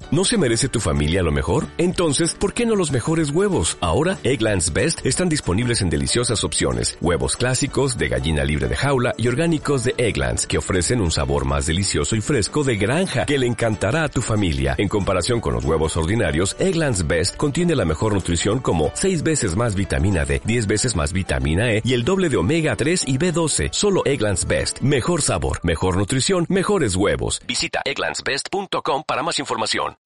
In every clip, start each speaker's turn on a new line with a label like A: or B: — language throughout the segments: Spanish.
A: ¿No se merece tu familia lo mejor? Entonces, ¿por qué no los mejores huevos? Ahora, Eggland's Best están disponibles en deliciosas opciones. Huevos clásicos, de gallina libre de jaula y orgánicos de Eggland's, que ofrecen un sabor más delicioso y fresco de granja, que le encantará a tu familia. En comparación con los huevos ordinarios, Eggland's Best contiene la mejor nutrición como 6 veces más vitamina D, 10 veces más vitamina E y el doble de omega 3 y B12. Solo Eggland's Best. Mejor sabor, mejor nutrición, mejores huevos. Visita egglandsbest.com para más información.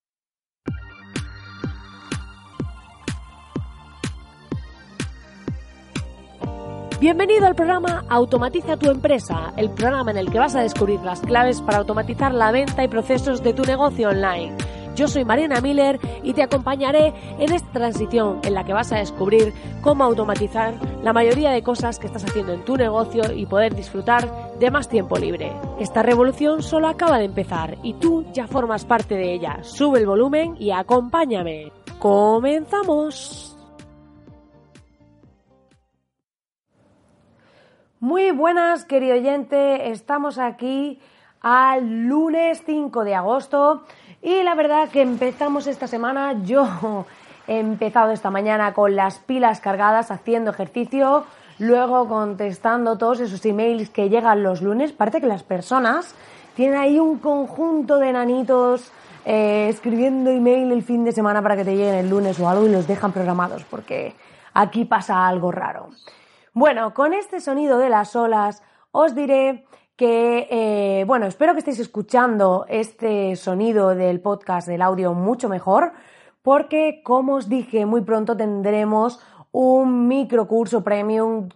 B: Bienvenido al programa Automatiza tu empresa, el programa en el que vas a descubrir las claves para automatizar la venta y procesos de tu negocio online. Yo soy Mariana Miller y te acompañaré en esta transición en la que vas a descubrir cómo automatizar la mayoría de cosas que estás haciendo en tu negocio y poder disfrutar de más tiempo libre. Esta revolución solo acaba de empezar y tú ya formas parte de ella. Sube el volumen y acompáñame. ¡Comenzamos! Muy buenas, querido oyente, estamos aquí al lunes 5 de agosto y la verdad que empezamos esta semana, yo he empezado esta mañana con las pilas cargadas haciendo ejercicio, luego contestando todos esos emails que llegan los lunes. Parece que las personas tienen ahí un conjunto de nanitos escribiendo email el fin de semana para que te lleguen el lunes o algo y los dejan programados porque aquí pasa algo raro. Bueno, con este sonido de las olas os diré que, espero que estéis escuchando este sonido del podcast, del audio, mucho mejor, porque, como os dije, muy pronto tendremos un microcurso premium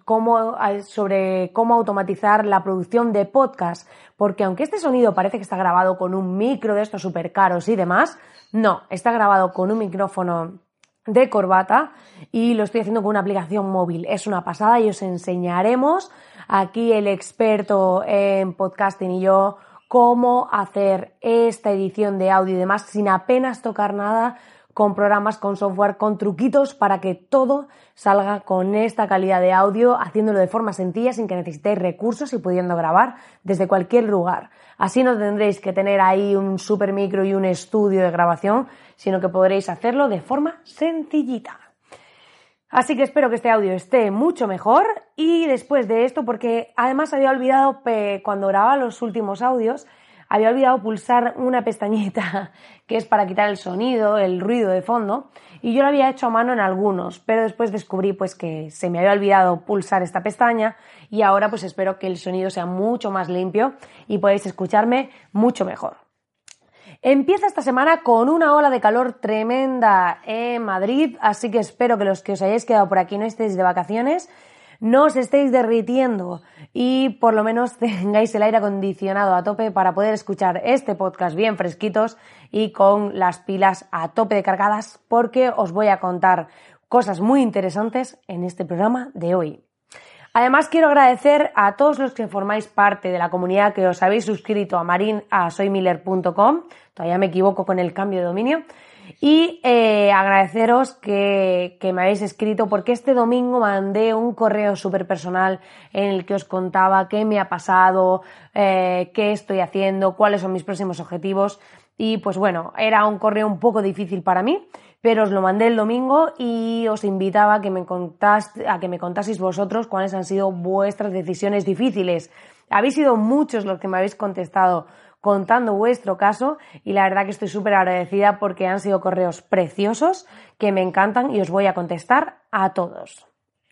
B: sobre cómo automatizar la producción de podcast, porque aunque este sonido parece que está grabado con un micro de estos súper caros y demás, no, está grabado con un micrófono de corbata y lo estoy haciendo con una aplicación móvil. Es una pasada y os enseñaremos aquí el experto en podcasting y yo cómo hacer esta edición de audio y demás sin apenas tocar nada, con programas, con software, con truquitos para que todo salga con esta calidad de audio, haciéndolo de forma sencilla sin que necesitéis recursos y pudiendo grabar desde cualquier lugar. Así no tendréis que tener ahí un super micro y un estudio de grabación, sino que podréis hacerlo de forma sencillita. Así que espero que este audio esté mucho mejor y después de esto, porque además había olvidado, cuando grababa los últimos audios, había olvidado pulsar una pestañita que es para quitar el sonido, el ruido de fondo, y yo lo había hecho a mano en algunos, pero después descubrí pues que se me había olvidado pulsar esta pestaña y ahora pues espero que el sonido sea mucho más limpio y podáis escucharme mucho mejor. Empieza esta semana con una ola de calor tremenda en Madrid, así que espero que los que os hayáis quedado por aquí no estéis de vacaciones, no os estéis derritiendo y por lo menos tengáis el aire acondicionado a tope para poder escuchar este podcast bien fresquitos y con las pilas a tope de cargadas, porque os voy a contar cosas muy interesantes en este programa de hoy. Además, quiero agradecer a todos los que formáis parte de la comunidad que os habéis suscrito a soymiller.com, todavía me equivoco con el cambio de dominio, y agradeceros que me habéis escrito, porque este domingo mandé un correo súper personal en el que os contaba qué me ha pasado, qué estoy haciendo, cuáles son mis próximos objetivos y pues bueno, era un correo un poco difícil para mí, pero os lo mandé el domingo y os invitaba a que me contaseis vosotros cuáles han sido vuestras decisiones difíciles. Habéis sido muchos los que me habéis contestado contando vuestro caso y la verdad que estoy súper agradecida porque han sido correos preciosos que me encantan y os voy a contestar a todos.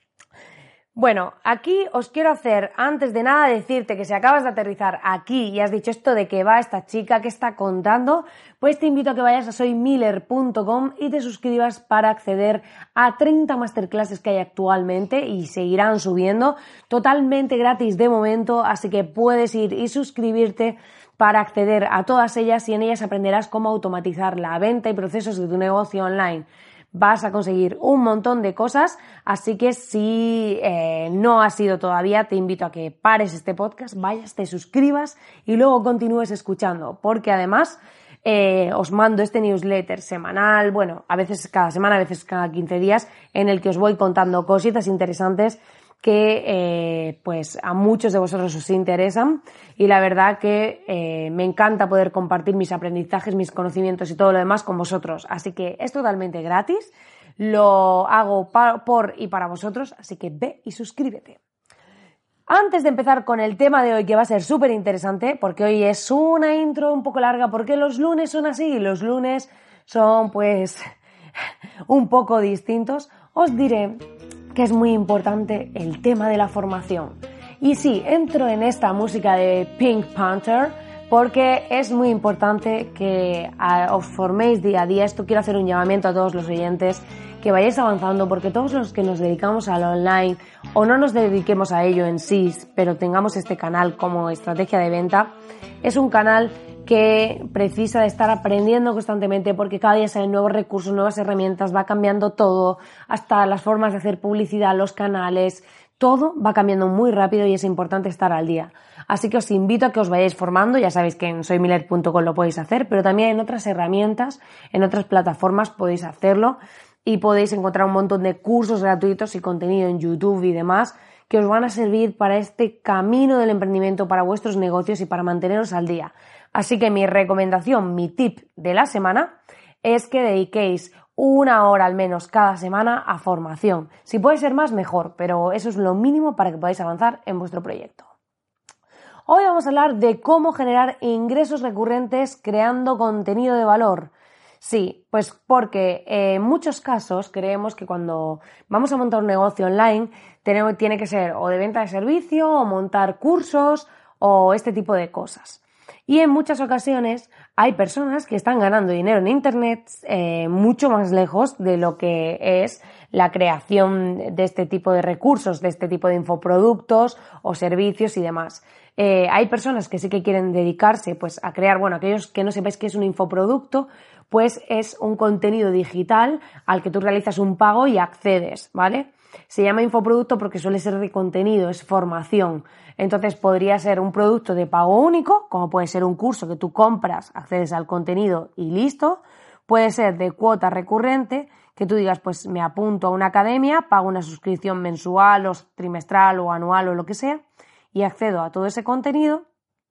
B: Bueno, aquí os quiero hacer, antes de nada, decirte que si acabas de aterrizar aquí y has dicho esto de que va esta chica, que está contando, pues te invito a que vayas a soymiller.com y te suscribas para acceder a 30 masterclasses que hay actualmente y seguirán subiendo, totalmente gratis de momento, así que puedes ir y suscribirte para acceder a todas ellas y en ellas aprenderás cómo automatizar la venta y procesos de tu negocio online. Vas a conseguir un montón de cosas, así que si no has ido todavía, te invito a que pares este podcast, vayas, te suscribas y luego continúes escuchando, porque además os mando este newsletter semanal, bueno, a veces cada semana, a veces cada 15 días, en el que os voy contando cositas interesantes que pues a muchos de vosotros os interesan, y la verdad que me encanta poder compartir mis aprendizajes, mis conocimientos y todo lo demás con vosotros. Así que es totalmente gratis, lo hago por y para vosotros, así que ve y suscríbete. Antes de empezar con el tema de hoy, que va a ser súper interesante, porque hoy es una intro un poco larga, porque los lunes son así, los lunes son pues un poco distintos, os diré que es muy importante el tema de la formación. Y sí, entro en esta música de Pink Panther porque es muy importante que os forméis día a día. Esto quiero hacer un llamamiento a todos los oyentes, que vayáis avanzando, porque todos los que nos dedicamos al online o no nos dediquemos a ello en sí, pero tengamos este canal como estrategia de venta, es un canal que precisa de estar aprendiendo constantemente, porque cada día salen nuevos recursos, nuevas herramientas, va cambiando todo, hasta las formas de hacer publicidad, los canales, todo va cambiando muy rápido y es importante estar al día. Así que os invito a que os vayáis formando, ya sabéis que en soymiller.com lo podéis hacer, pero también en otras herramientas, en otras plataformas podéis hacerlo y podéis encontrar un montón de cursos gratuitos y contenido en YouTube y demás que os van a servir para este camino del emprendimiento, para vuestros negocios y para manteneros al día. Así que mi recomendación, mi tip de la semana es que dediquéis 1 hora al menos cada semana a formación. Si puede ser más, mejor, pero eso es lo mínimo para que podáis avanzar en vuestro proyecto. Hoy vamos a hablar de cómo generar ingresos recurrentes creando contenido de valor. Sí, pues porque en muchos casos creemos que cuando vamos a montar un negocio online tiene que ser o de venta de servicio o montar cursos o este tipo de cosas. Y en muchas ocasiones hay personas que están ganando dinero en Internet mucho más lejos de lo que es la creación de este tipo de recursos, de este tipo de infoproductos o servicios y demás. Hay personas que sí que quieren dedicarse pues a crear, bueno, aquellos que no sepáis qué es un infoproducto, pues es un contenido digital al que tú realizas un pago y accedes, ¿vale? Se llama infoproducto porque suele ser de contenido, es formación. Entonces podría ser un producto de pago único, como puede ser un curso que tú compras, accedes al contenido y listo. Puede ser de cuota recurrente, que tú digas, pues me apunto a una academia, pago una suscripción mensual o trimestral o anual o lo que sea y accedo a todo ese contenido.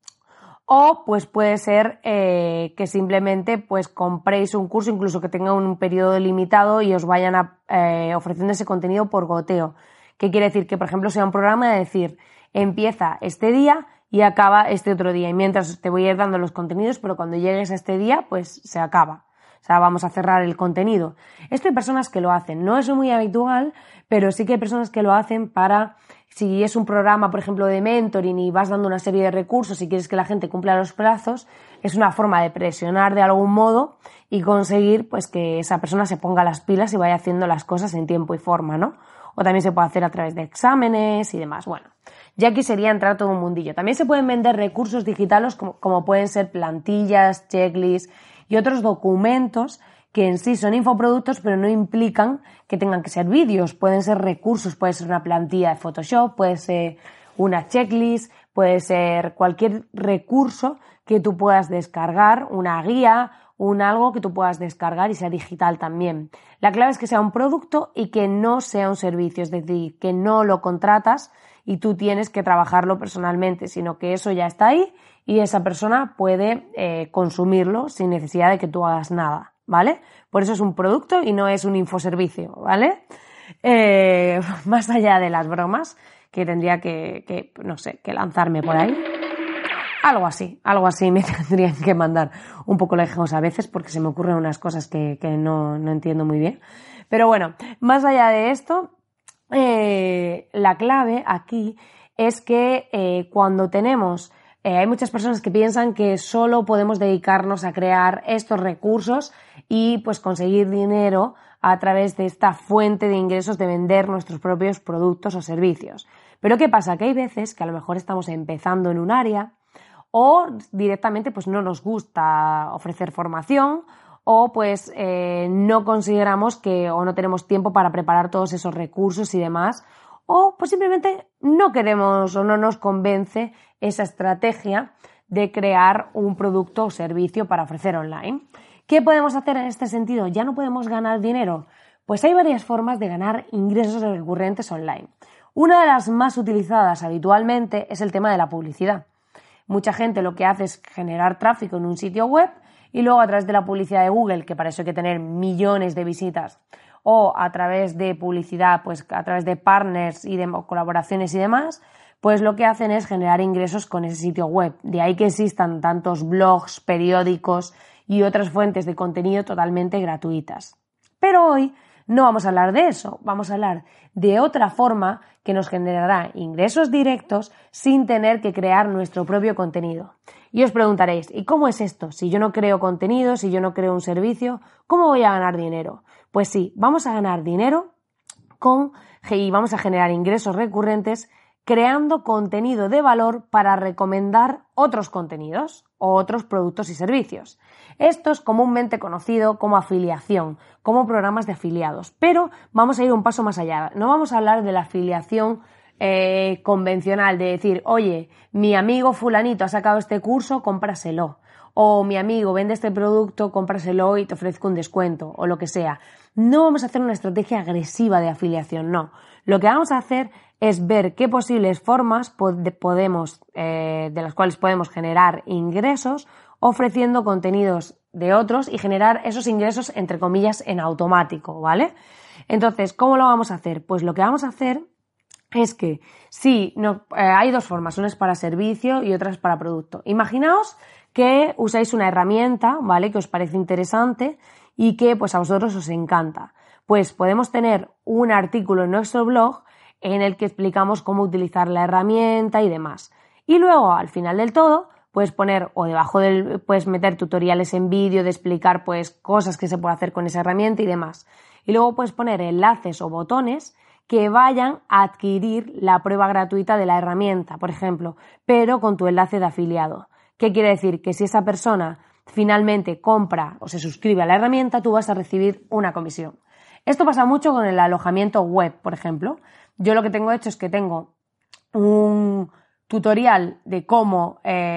B: O pues puede ser que simplemente pues compréis un curso, incluso que tenga un periodo limitado y os vayan ofreciendo ese contenido por goteo. ¿Qué quiere decir? Que por ejemplo sea un programa de decir, empieza este día y acaba este otro día. Y mientras te voy a ir dando los contenidos, pero cuando llegues a este día pues se acaba. O sea, vamos a cerrar el contenido. Esto hay personas que lo hacen. No es muy habitual, pero sí que hay personas que lo hacen para, si es un programa, por ejemplo, de mentoring y vas dando una serie de recursos y quieres que la gente cumpla los plazos, es una forma de presionar de algún modo y conseguir pues que esa persona se ponga las pilas y vaya haciendo las cosas en tiempo y forma, ¿no? O también se puede hacer a través de exámenes y demás. Bueno, ya aquí sería entrar todo un mundillo. También se pueden vender recursos digitales como pueden ser plantillas, checklists y otros documentos que en sí son infoproductos, pero no implican que tengan que ser vídeos. Pueden ser recursos, puede ser una plantilla de Photoshop, puede ser una checklist, puede ser cualquier recurso que tú puedas descargar, una guía, algo que tú puedas descargar y sea digital también. La clave es que sea un producto y que no sea un servicio, es decir, que no lo contratas y tú tienes que trabajarlo personalmente, sino que eso ya está ahí y esa persona puede consumirlo sin necesidad de que tú hagas nada, ¿vale? Por eso es un producto y no es un infoservicio, ¿vale? Más allá de las bromas, que tendría que no sé, que lanzarme por ahí. Algo así me tendrían que mandar un poco lejos a veces porque se me ocurren unas cosas que no entiendo muy bien. Pero bueno, más allá de esto, la clave aquí es que cuando tenemos hay muchas personas que piensan que solo podemos dedicarnos a crear estos recursos y pues conseguir dinero a través de esta fuente de ingresos de vender nuestros propios productos o servicios. Pero ¿qué pasa? Que hay veces que a lo mejor estamos empezando en un área o directamente pues no nos gusta ofrecer formación o pues no consideramos que o no tenemos tiempo para preparar todos esos recursos y demás, o pues simplemente no queremos o no nos convence esa estrategia de crear un producto o servicio para ofrecer online. ¿Qué podemos hacer en este sentido? ¿Ya no podemos ganar dinero? Pues hay varias formas de ganar ingresos recurrentes online. Una de las más utilizadas habitualmente es el tema de la publicidad. Mucha gente lo que hace es generar tráfico en un sitio web y luego a través de la publicidad de Google, que para eso hay que tener millones de visitas, o a través de publicidad, pues a través de partners y de colaboraciones y demás, pues lo que hacen es generar ingresos con ese sitio web. De ahí que existan tantos blogs, periódicos y otras fuentes de contenido totalmente gratuitas. Pero hoy no vamos a hablar de eso, vamos a hablar de otra forma que nos generará ingresos directos sin tener que crear nuestro propio contenido. Y os preguntaréis, ¿y cómo es esto? Si yo no creo contenido, si yo no creo un servicio, ¿cómo voy a ganar dinero? Pues sí, vamos a ganar dinero y vamos a generar ingresos recurrentes creando contenido de valor para recomendar otros contenidos o otros productos y servicios. Esto es comúnmente conocido como afiliación, como programas de afiliados, pero vamos a ir un paso más allá. No vamos a hablar de la afiliación convencional, de decir, oye, mi amigo fulanito ha sacado este curso, cómpraselo. O mi amigo vende este producto, cómpraselo y te ofrezco un descuento, o lo que sea. No vamos a hacer una estrategia agresiva de afiliación, no. Lo que vamos a hacer es ver qué posibles formas de las cuales podemos generar ingresos ofreciendo contenidos de otros y generar esos ingresos, entre comillas, en automático, ¿vale? Entonces, ¿cómo lo vamos a hacer? Pues lo que vamos a hacer es que hay dos formas, una es para servicio y otra es para producto. Imaginaos que usáis una herramienta, ¿vale?, que os parece interesante y que pues a vosotros os encanta. Pues podemos tener un artículo en nuestro blog en el que explicamos cómo utilizar la herramienta y demás. Y luego, al final del todo, puedes poner o puedes meter tutoriales en vídeo de explicar pues cosas que se puede hacer con esa herramienta y demás. Y luego puedes poner enlaces o botones que vayan a adquirir la prueba gratuita de la herramienta, por ejemplo, pero con tu enlace de afiliado. ¿Qué quiere decir? Que si esa persona finalmente compra o se suscribe a la herramienta, tú vas a recibir una comisión. Esto pasa mucho con el alojamiento web, por ejemplo. Yo lo que tengo hecho es que tengo un tutorial de cómo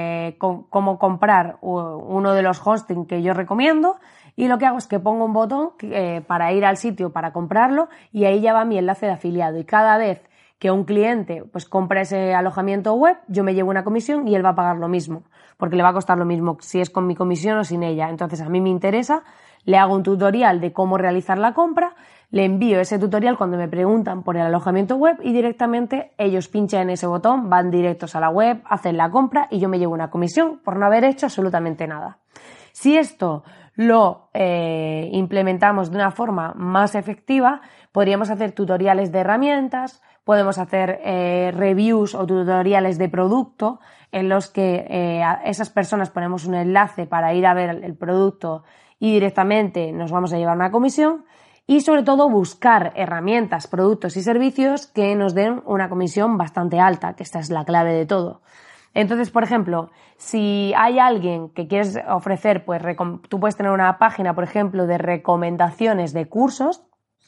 B: comprar uno de los hosting que yo recomiendo y lo que hago es que pongo un botón para ir al sitio para comprarlo y ahí ya va mi enlace de afiliado y cada vez que un cliente pues compra ese alojamiento web, yo me llevo una comisión y él va a pagar lo mismo, porque le va a costar lo mismo si es con mi comisión o sin ella. Entonces a mí me interesa, le hago un tutorial de cómo realizar la compra, le envío ese tutorial cuando me preguntan por el alojamiento web y directamente ellos pinchan en ese botón, van directos a la web, hacen la compra y yo me llevo una comisión por no haber hecho absolutamente nada. Si esto lo implementamos de una forma más efectiva, podríamos hacer tutoriales de herramientas, podemos hacer reviews o tutoriales de producto en los que a esas personas ponemos un enlace para ir a ver el producto y directamente nos vamos a llevar una comisión y sobre todo buscar herramientas, productos y servicios que nos den una comisión bastante alta, que esta es la clave de todo. Entonces, por ejemplo, si hay alguien que quieres ofrecer, pues tú puedes tener una página, por ejemplo, de recomendaciones de cursos,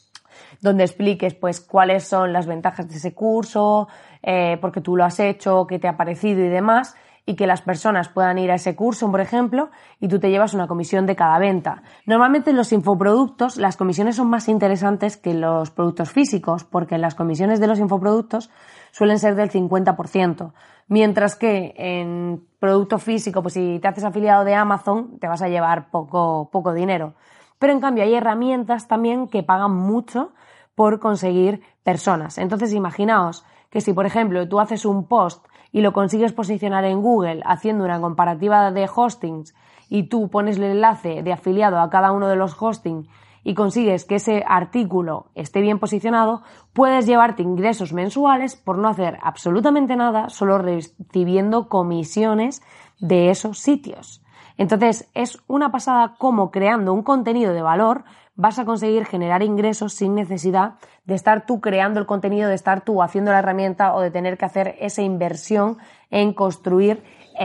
B: donde expliques pues cuáles son las ventajas de ese curso, porque tú lo has hecho, qué te ha parecido y demás, y que las personas puedan ir a ese curso, por ejemplo, y tú te llevas una comisión de cada venta. Normalmente en los infoproductos las comisiones son más interesantes que los productos físicos, porque las comisiones de los infoproductos suelen ser del 50%, mientras que en producto físico, pues si te haces afiliado de Amazon, te vas a llevar poco dinero. Pero en cambio hay herramientas también que pagan mucho por conseguir personas. Entonces imaginaos que si, por ejemplo, tú haces un post y lo consigues posicionar en Google haciendo una comparativa de hostings y tú pones el enlace de afiliado a cada uno de los hostings y consigues que ese artículo esté bien posicionado, puedes llevarte ingresos mensuales por no hacer absolutamente nada, solo recibiendo comisiones de esos sitios. Entonces, es una pasada cómo creando un contenido de valor vas a conseguir generar ingresos sin necesidad de estar tú creando el contenido, de estar tú haciendo la herramienta o de tener que hacer esa inversión en construir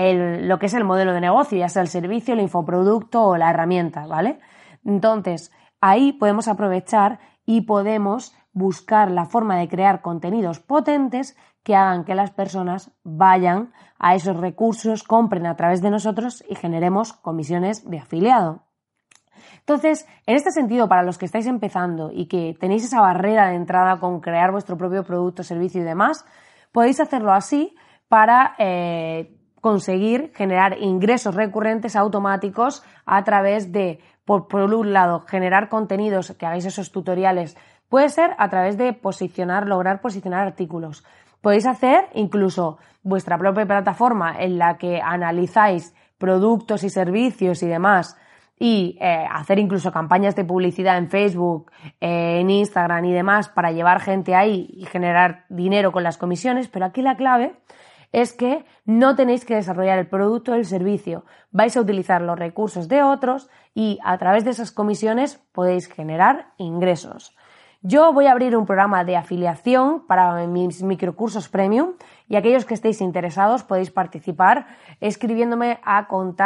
B: lo que es el modelo de negocio, ya sea el servicio, el infoproducto o la herramienta, ¿vale? Entonces, ahí podemos aprovechar y podemos buscar la forma de crear contenidos potentes que hagan que las personas vayan a esos recursos, compren a través de nosotros y generemos comisiones de afiliado. Entonces, en este sentido, para los que estáis empezando y que tenéis esa barrera de entrada con crear vuestro propio producto, servicio y demás, podéis hacerlo así para conseguir generar ingresos recurrentes automáticos a través de, por un lado, generar contenidos, que hagáis esos tutoriales. Puede ser a través de lograr posicionar artículos. Podéis hacer incluso vuestra propia plataforma en la que analizáis productos y servicios y demás y hacer incluso campañas de publicidad en Facebook, en Instagram y demás para llevar gente ahí y generar dinero con las comisiones, pero aquí la clave es que no tenéis que desarrollar el producto o el servicio, vais a utilizar los recursos de otros y a través de esas comisiones podéis generar ingresos. Yo voy a abrir un programa de afiliación para mis microcursos premium y aquellos que estéis interesados podéis participar escribiéndome a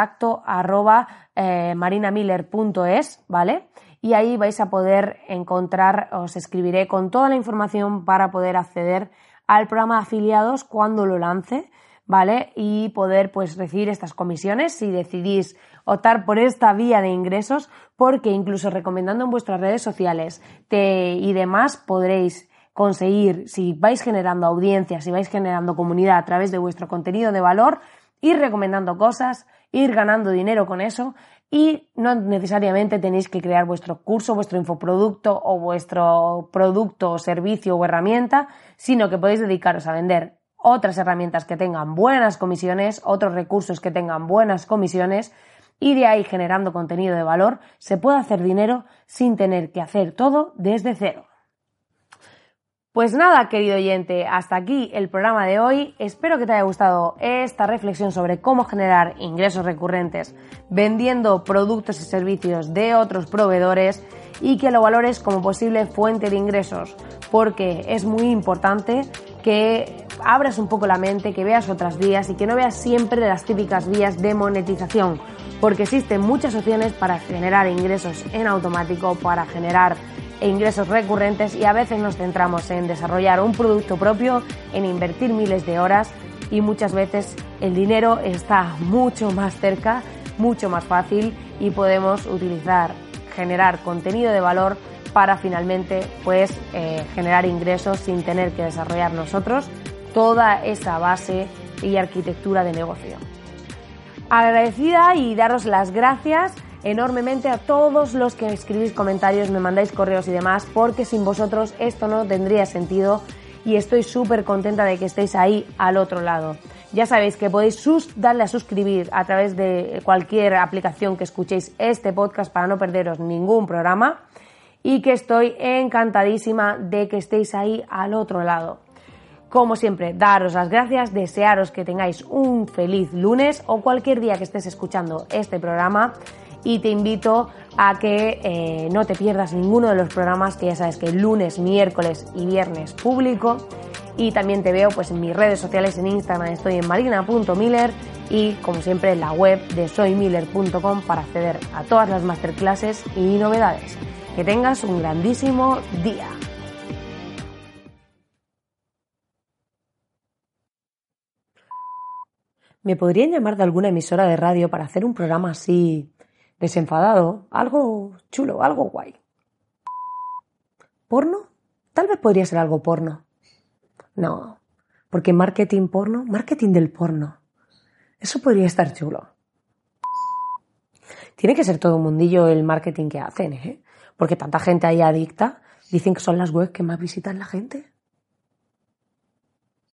B: contacto@marinamiller.es, ¿vale? Y ahí vais a poder encontrar, os escribiré con toda la información para poder acceder al programa de afiliados cuando lo lance, ¿vale? Y poder pues recibir estas comisiones si decidís optar por esta vía de ingresos, porque incluso recomendando en vuestras redes sociales y demás podréis conseguir, si vais generando audiencia, si vais generando comunidad a través de vuestro contenido de valor, ir recomendando cosas, ir ganando dinero con eso y no necesariamente tenéis que crear vuestro curso, vuestro infoproducto o vuestro producto o servicio o herramienta, sino que podéis dedicaros a vender otras herramientas que tengan buenas comisiones, otros recursos que tengan buenas comisiones y de ahí generando contenido de valor se puede hacer dinero sin tener que hacer todo desde cero. Pues nada, querido oyente, hasta aquí el programa de hoy. Espero que te haya gustado esta reflexión sobre cómo generar ingresos recurrentes vendiendo productos y servicios de otros proveedores y que lo valores como posible fuente de ingresos, porque es muy importante que abras un poco la mente, que veas otras vías y que no veas siempre las típicas vías de monetización, porque existen muchas opciones para generar ingresos en automático, para generar ingresos recurrentes y a veces nos centramos en desarrollar un producto propio, en invertir miles de horas y muchas veces el dinero está mucho más cerca, mucho más fácil y podemos generar contenido de valor para finalmente pues generar ingresos sin tener que desarrollar nosotros toda esa base y arquitectura de negocio. Agradecida y daros las gracias enormemente a todos los que escribís comentarios, me mandáis correos y demás, porque sin vosotros esto no tendría sentido y estoy súper contenta de que estéis ahí al otro lado. Ya sabéis que podéis darle a suscribir a través de cualquier aplicación que escuchéis este podcast para no perderos ningún programa y que estoy encantadísima de que estéis ahí al otro lado. Como siempre, daros las gracias, desearos que tengáis un feliz lunes o cualquier día que estés escuchando este programa y te invito a que no te pierdas ninguno de los programas que ya sabes que lunes, miércoles y viernes publico y también te veo pues en mis redes sociales en Instagram estoy en marina.miller y como siempre en la web de soymiller.com para acceder a todas las masterclasses y novedades. Que tengas un grandísimo día. ¿Me podrían llamar de alguna emisora de radio para hacer un programa así desenfadado? Algo chulo, algo guay. ¿Porno? Tal vez podría ser algo porno. No, porque marketing porno, marketing del porno. Eso podría estar chulo. Tiene que ser todo un mundillo el marketing que hacen, ¿eh? Porque tanta gente ahí adicta, dicen que son las webs que más visitan la gente.